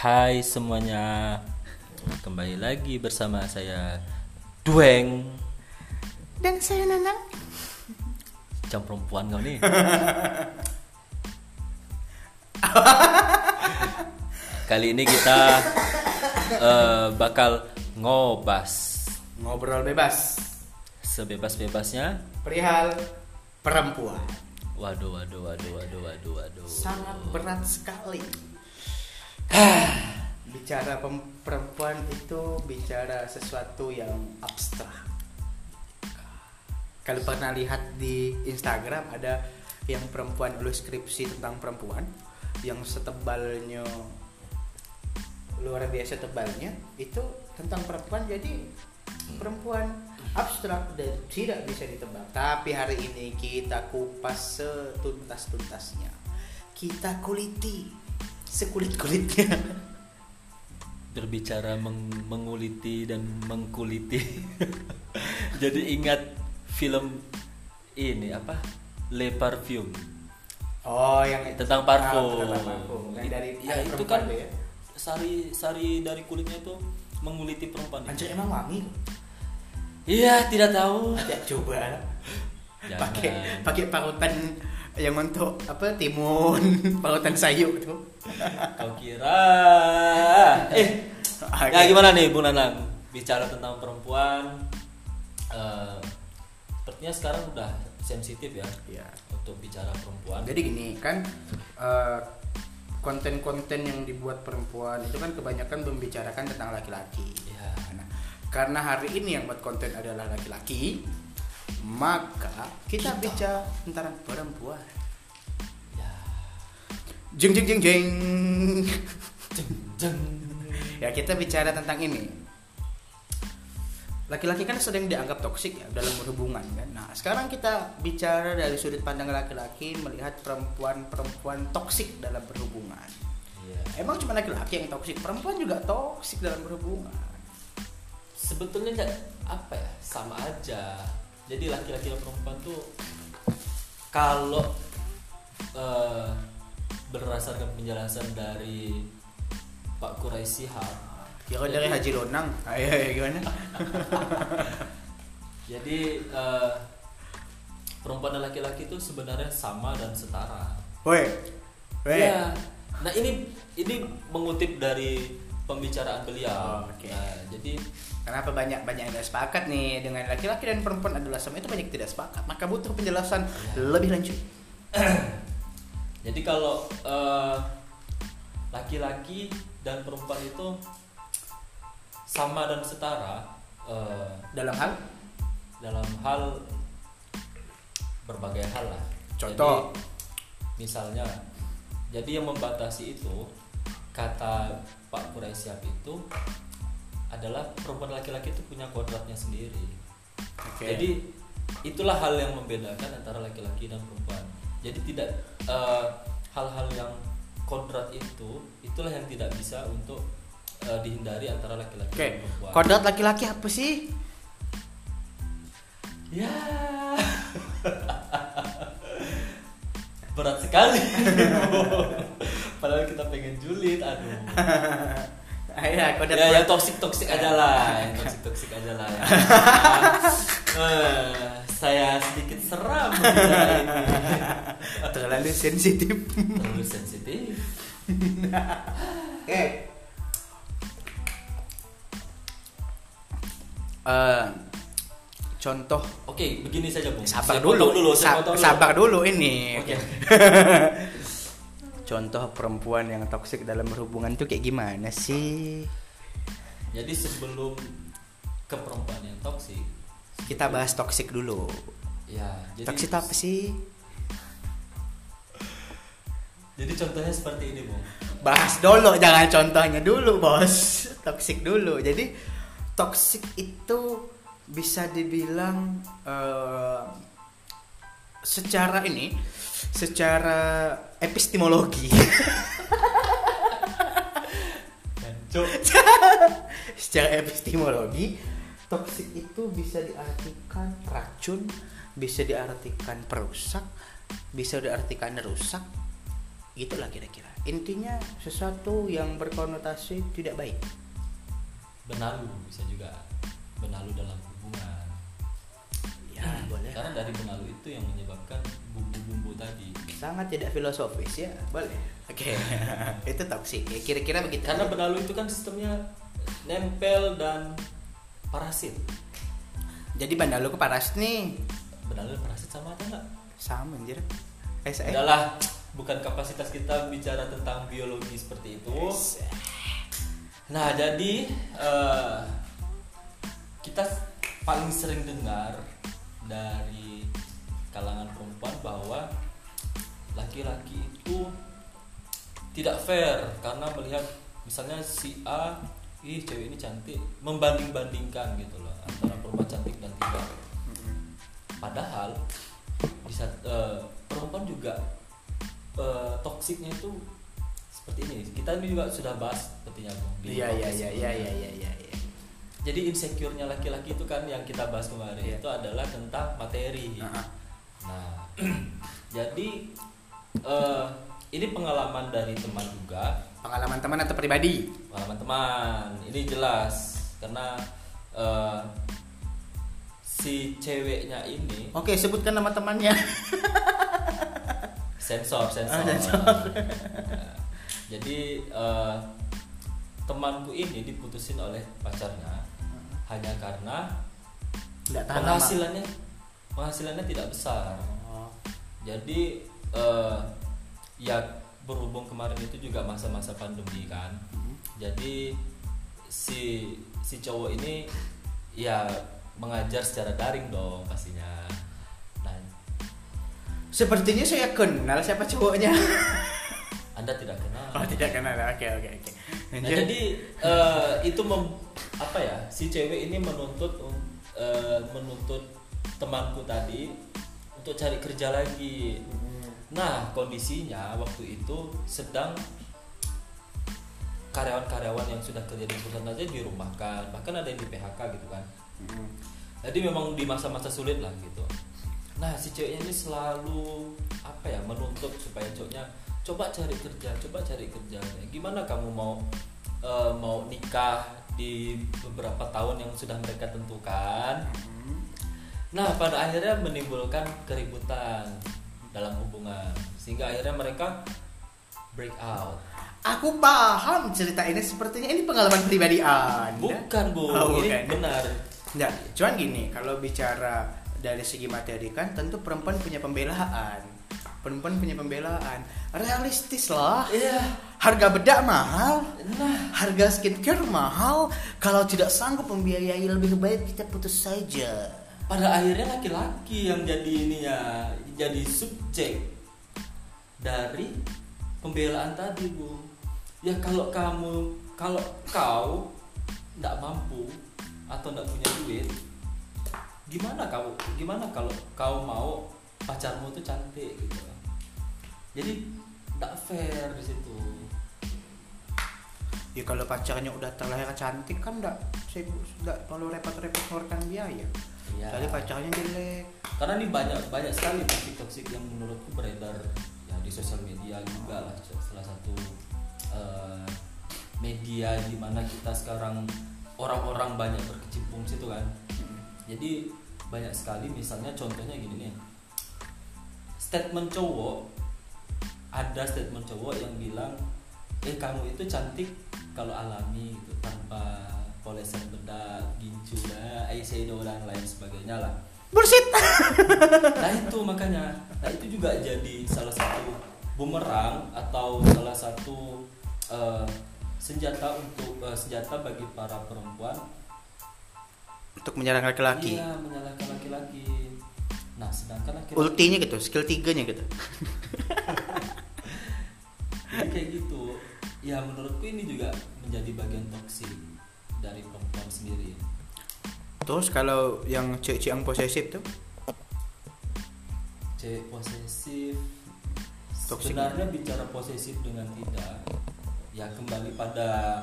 Hai semuanya, kembali lagi bersama saya Dueng Dan saya Nanang. Jam perempuan kau nih. Kali ini kita bakal Ngobrol bebas sebebas-bebasnya. perihal perempuan. Waduh. Sangat berat sekali. Bicara perempuan itu bicara sesuatu yang abstrak. Kalau pernah lihat di Instagram ada yang perempuan lulus skripsi tentang perempuan yang setebalnya luar biasa tebalnya, itu tentang perempuan. Jadi perempuan abstrak dan tidak bisa ditebak. Tapi hari ini kita kupas setuntas-tuntasnya. Kita kuliti sekulit-kulitnya. Berbicara menguliti dan mengkuliti. Jadi ingat film ini apa? Le Parfum. Oh, yang Tentang parfum. tentang parfum. Yang dari Ya, anak itu perempuan kan tuh ya. sari dari kulitnya itu menguliti perempuan. Anjir, emang wangi? Iya, tidak tahu. Ya coba. Jangan. Pakai parutan yang untuk apa? Timun, parutan sayur tuh. Kau kira? Ya gimana nih Bung Nanang? Bicara tentang perempuan, sepertinya sekarang udah sensitif ya, Iya. untuk bicara perempuan. Jadi gini kan, konten-konten yang dibuat perempuan itu kan kebanyakan membicarakan tentang laki-laki. Ya. Nah, karena hari ini yang buat konten adalah laki-laki, maka kita bicara tentang perempuan. Ya. Jeng jeng jeng jeng. Jeng. Ya, kita bicara tentang ini. Laki-laki kan sedang dianggap toksik ya dalam berhubungan kan. Nah, sekarang kita bicara dari sudut pandang laki-laki melihat perempuan toksik dalam berhubungan. Ya. Emang cuma laki-laki yang toksik, perempuan juga toksik dalam berhubungan. Sebetulnya apa ya? Sama aja. Jadi laki-laki dan perempuan tuh kalau berdasarkan penjelasan dari Pak Quraisy Shihab. Kira dari Haji Lonang. Ayo gimana? Jadi perempuan dan laki-laki itu sebenarnya sama dan setara. Woi. Ya. Nah ini mengutip dari pembicaraan beliau. Oh, oke. Nah, jadi Kenapa banyak yang tidak sepakat nih dengan laki-laki dan perempuan adalah sama, itu banyak tidak sepakat. Maka butuh penjelasan lebih lanjut. jadi kalau laki-laki dan perempuan itu sama dan setara Dalam hal berbagai hal lah. contoh. Jadi, misalnya, jadi yang membatasi itu kata Pak Quraisy Shihab itu adalah perempuan laki-laki itu punya kodratnya sendiri. Oke. Jadi itulah hal yang membedakan antara laki-laki dan perempuan. Jadi tidak hal-hal yang kodrat itulah yang tidak bisa untuk dihindari antara laki-laki dan perempuan. Kodrat laki-laki apa sih? Ya. Berat sekali. Padahal kita pengen julid, aduh. Ya, kodrat. Ya, yang toksik aja lah, ya. Saya sedikit seram bicara ini. Terlalu sensitif. Oke. Contoh. Oke, begini saja Bung. Sabar Saya dulu. potong dulu. Sabar dulu ini. Oke. Contoh perempuan yang toksik dalam berhubungan itu kayak gimana sih? Jadi sebelum ke perempuan yang toksik, Kita bahas toksik dulu. ya. Jadi Toksik apa sih? Jadi contohnya seperti ini, Bung. Bahas dulu, jangan contohnya dulu, Bos. Toksik dulu. Jadi toksik itu bisa dibilang secara epistemologi. Secara epistemologi, toksik itu bisa diartikan racun, bisa diartikan perusak, bisa diartikan rusak, Gitulah kira-kira. Intinya sesuatu yang berkonotasi tidak baik. Benalu bisa juga, benalu dalam hubungan. Ya, boleh. Karena dari benalu itu yang menyebabkan bumbu-bumbu tadi. Sangat tidak filosofis ya, boleh. Oke. Itu toksik. Ya, kira-kira begitu. Karena benalu itu kan sistemnya nempel dan parasit. Jadi benalu ke paras nih. Benalu dan parasit sama atau enggak? Sama anjir. Udahlah, bukan kapasitas kita bicara tentang biologi seperti itu. Nah, jadi kita paling sering dengar dari kalangan perempuan bahwa laki-laki itu tidak fair karena melihat misalnya si A, cewek ini cantik, membanding-bandingkan gitu loh antara perempuan cantik dan tidak. Padahal bisa perempuan juga toksiknya itu seperti ini. Kita ini juga sudah bahas sepertinya Bung. Iya. Jadi insecure-nya laki-laki itu kan yang kita bahas kemarin itu adalah tentang materi. Nah, jadi ini pengalaman dari teman juga. Pengalaman teman atau pribadi? Pengalaman teman. Ini jelas karena si ceweknya ini. Oke, sebutkan nama temannya. Sensor. Nah, jadi temanku ini diputusin oleh pacarnya hanya karena penghasilannya tidak besar. Jadi ya berhubung kemarin itu juga masa-masa pandemi kan. Jadi si cowok ini ya mengajar secara daring dong pastinya. Nah, sepertinya saya kenal siapa cowoknya. Anda tidak kenal. Oh, tidak kenal. Oke. Nah, jadi itu si cewek ini menuntut temanku tadi untuk cari kerja lagi. Nah, kondisinya waktu itu sedang karyawan-karyawan yang sudah kerja di perusahaan aja dirumahkan, bahkan ada yang di PHK gitu kan. Jadi memang di masa-masa sulit lah gitu. Nah, si ceweknya ini selalu menuntut supaya cowoknya coba cari kerja. Gimana kamu mau nikah di beberapa tahun yang sudah mereka tentukan? Nah, pada akhirnya menimbulkan keributan dalam hubungan sehingga akhirnya mereka break out. Aku paham cerita ini, sepertinya ini pengalaman pribadi Anda. Bukan, Bu. Ini benar. Enggak, cuman gini, kalau bicara dari segi materi kan tentu perempuan punya pembelaan. Realistis lah. Iya. Harga bedak mahal. Harga skincare mahal. Kalau tidak sanggup membiayai, lebih baik kita putus saja. Pada akhirnya laki-laki yang jadi subjek dari pembelaan tadi, Bu. Ya kalau kau tidak mampu atau tidak punya duit, gimana kalau kau mau pacarmu itu cantik gitu. Jadi tidak fair di situ. Ya kalau pacarnya udah terlahir cantik kan tidak perlu repot-repot mengeluarkan biaya. Iya. Kali pacarnya jelek. Karena ini banyak sekali toksik yang menurutku beredar ya di sosial media juga lah, salah satu media di mana kita sekarang orang-orang banyak berkecimpung situ kan. Jadi banyak sekali, misalnya contohnya gini nih. Ada statement cowok yang bilang, kamu itu cantik kalau alami gitu, tanpa polesan bedak, gincu, eyeshadow dan lain sebagainya lah. Bullshit. Nah itu makanya, itu juga jadi salah satu bumerang atau salah satu senjata bagi para perempuan untuk menyerang laki-laki. Iya, menyalahkan laki-laki. Nah, sedangkan laki-laki ultinya gitu, skill 3-nya gitu. Jadi kayak gitu. Ya menurutku ini juga menjadi bagian toksik dari perempuan sendiri. Terus kalau yang cewek yang posesif tuh? Cewek posesif Toxic. Sebenarnya bicara posesif dengan tidak, ya kembali pada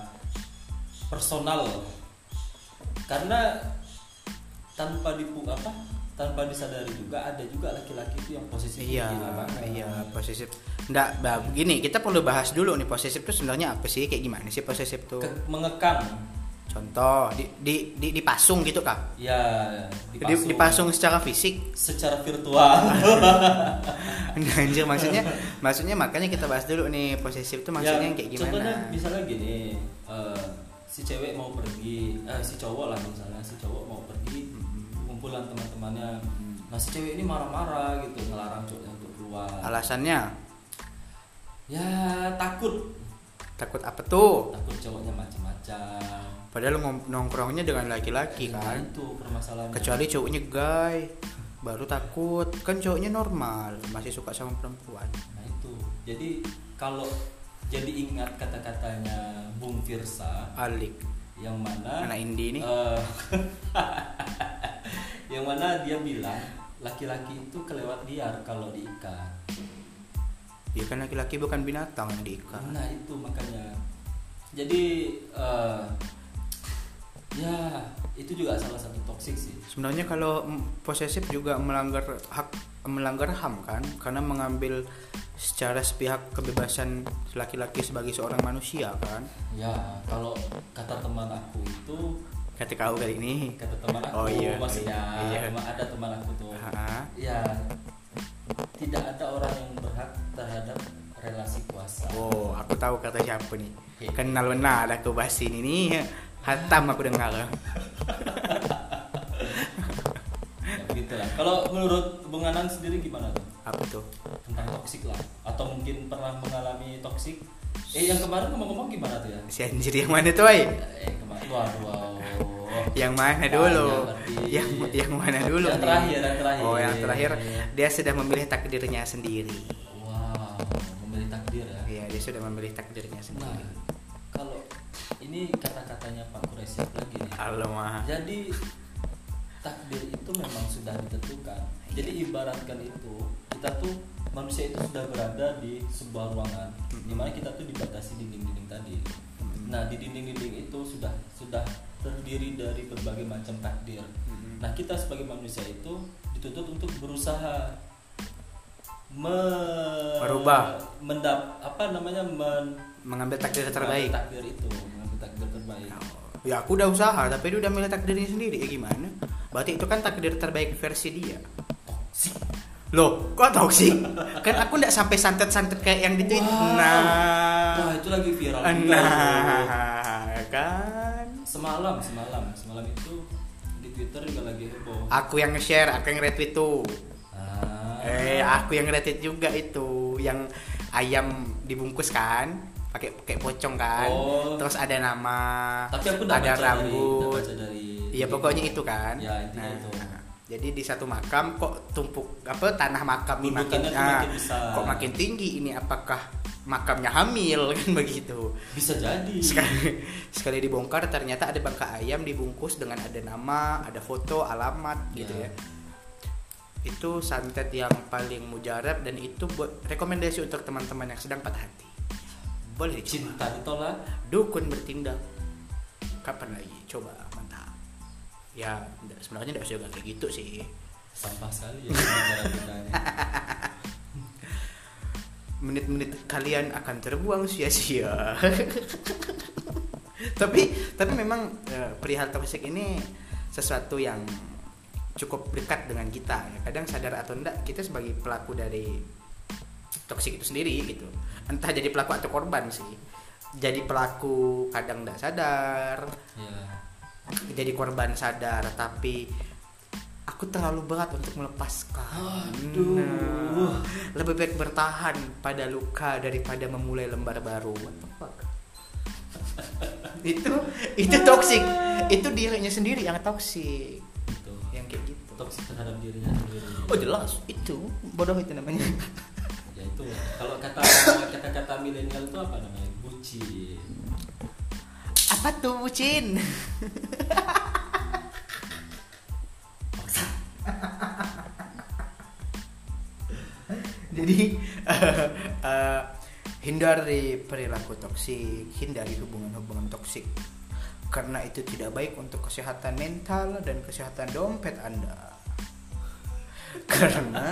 personal. Karena tanpa tanpa disadari juga ada juga laki-laki itu yang posesif. Iya, gila banget. iya posesif. Nggak, begini kita perlu bahas dulu nih posesif itu sebenarnya apa sih, kayak gimana sih posesif tuh? Mengekang. Contoh, dipasung gitu kak? Ya, Dipasung secara fisik, secara virtual. Anjir, maksudnya makanya kita bahas dulu nih posesif itu maksudnya Ya, kayak gimana? contohnya misalnya gini, si cewek mau pergi, si cowok lah misalnya, si cowok mau pergi kumpulan teman-temannya. Nah si cewek ini marah-marah gitu, ngelarang cowoknya untuk keluar. Alasannya? Ya takut Apa tuh? takut cowoknya macam-macam. Padahal nongkrongnya dengan laki-laki Nah, kan. itu permasalahannya. Kecuali cowoknya gay, baru takut. Kan cowoknya normal, masih suka sama perempuan. Nah itu. Jadi kalau jadi ingat kata-katanya Bung Firsa Alik, yang mana anak indie nih. yang mana dia bilang laki-laki itu kelewat liar kalau diikat. Ya kan laki-laki bukan binatang yang diikat. Nah itu makanya. Jadi ya itu juga salah satu toksik sih. Sebenarnya kalau posesif juga melanggar HAM kan, karena mengambil secara sepihak kebebasan laki-laki sebagai seorang manusia kan. Ya kalau kata teman aku itu, Kata kau kali ini. kata teman aku, Oh, iya, maksudnya iya. ada teman aku tuh. Ha-ha. Ya tidak ada orang yang berhak terhadap relasi kuasa. Oh, aku tahu kata siapa nih. Kenal benar aku bahas ini nih. Hatam aku dengar. Ya begitulah. Kalau menurut Bung Anang sendiri gimana tuh? Apa tuh? Tentang toksik lah, atau mungkin pernah mengalami toksik? Yang kemarin ngomong-ngomong gimana tuh ya? Si anjir yang mana tuh, ay? Kemarin, wow. Yang mana dulu? Banyak berarti. Yang mana dulu? Yang nih? terakhir. Oh, yang terakhir dia sudah memilih takdirnya sendiri. Wow, memilih takdir ya. Iya, dia sudah memilih takdirnya Nah, sendiri. kalau ini kata-katanya Pak Kuresyid lagi nih. Halo mah. Jadi takdir itu memang sudah ditentukan. Jadi ibaratkan itu, kita tuh manusia itu sudah berada di sebuah ruangan di mana kita tuh dibatasi dinding-dinding tadi. Nah, di dinding-dinding itu sudah terdiri dari berbagai macam takdir. Nah, kita sebagai manusia itu dituntut untuk berusaha merubah, mengambil takdir terbaik. Takdir itu, mengambil takdir terbaik. Ya aku udah usaha, tapi dia udah milih takdirnya sendiri. Ya gimana? Berarti itu kan takdir terbaik versi dia. Toksik. Loh, kok toksik? Kan aku nggak sampai santet-santet kayak yang di tweet. Wow. Nah, Wah, itu lagi viral juga. nah, kan. Semalam itu di Twitter juga lagi heboh. Aku yang nge-share, aku yang retweet tuh. Aku yang retweet juga itu, yang ayam dibungkus kan, pakai pocong kan. Oh. Terus ada nama, Tapi aku ada rambut. dari Iya pokoknya itu kan. Ya, intinya itu. Jadi di satu makam kok tumpuk tanah makam ini makin besar. kok makin tinggi ini, apakah makamnya hamil kan begitu. Bisa jadi. Sekali dibongkar ternyata ada bangka ayam dibungkus dengan ada nama, ada foto, alamat gitu ya. Itu santet yang paling mujarab dan itu buat rekomendasi untuk teman-teman yang sedang patah hati. Boleh dicoba. Cinta ditolak, Dukun bertindak. Kapan lagi? Coba, mantap. Ya, sebenarnya tidak usah kayak gitu sih. sampah sekali ya bicara gunanya. Menit-menit kalian akan terbuang sia-sia. tapi memang perihal toksik ini sesuatu yang cukup dekat dengan kita ya. Kadang sadar atau enggak kita sebagai pelaku dari toksik itu sendiri gitu. Entah jadi pelaku atau korban sih. Jadi pelaku kadang enggak sadar. Yeah. Jadi korban sadar tapi aku terlalu berat untuk melepaskan. Aduh. Lebih baik bertahan pada luka daripada memulai lembar baru. What the fuck? itu toksik. Itu dirinya sendiri yang toksik. Itu. Yang kayak gitu. Toksik terhadap dirinya sendiri. Oh jelas itu bodoh itu namanya. Ya itu. Kalau kata-kata milenial itu apa namanya? Bucin. Apa tuh bucin? Jadi hindari perilaku toksik, hindari hubungan-hubungan toksik karena itu tidak baik untuk kesehatan mental dan kesehatan dompet Anda. karena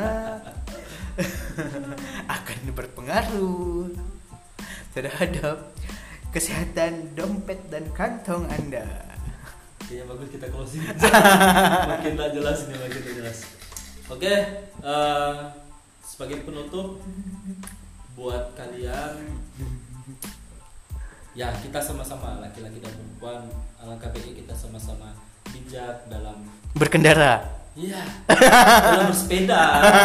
akan berpengaruh terhadap kesehatan dompet dan kantong Anda. Kayaknya bagus kita closing. Makin tak jelas ini, makin tak jelas. Oke, sebagai penutup buat kalian, ya kita sama-sama laki-laki dan perempuan, alangkah baiknya kita sama-sama bijak dalam berkendara. Iya. Dalam bersepeda.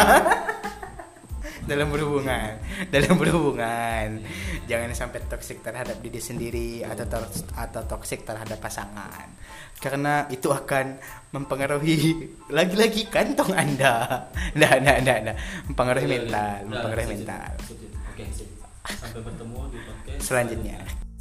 dalam berhubungan jangan sampai toksik terhadap diri sendiri atau toksik terhadap pasangan, karena itu akan mempengaruhi lagi-lagi kantong Anda. Mempengaruhi mental. Oke, sip. Sampai bertemu di podcast selanjutnya.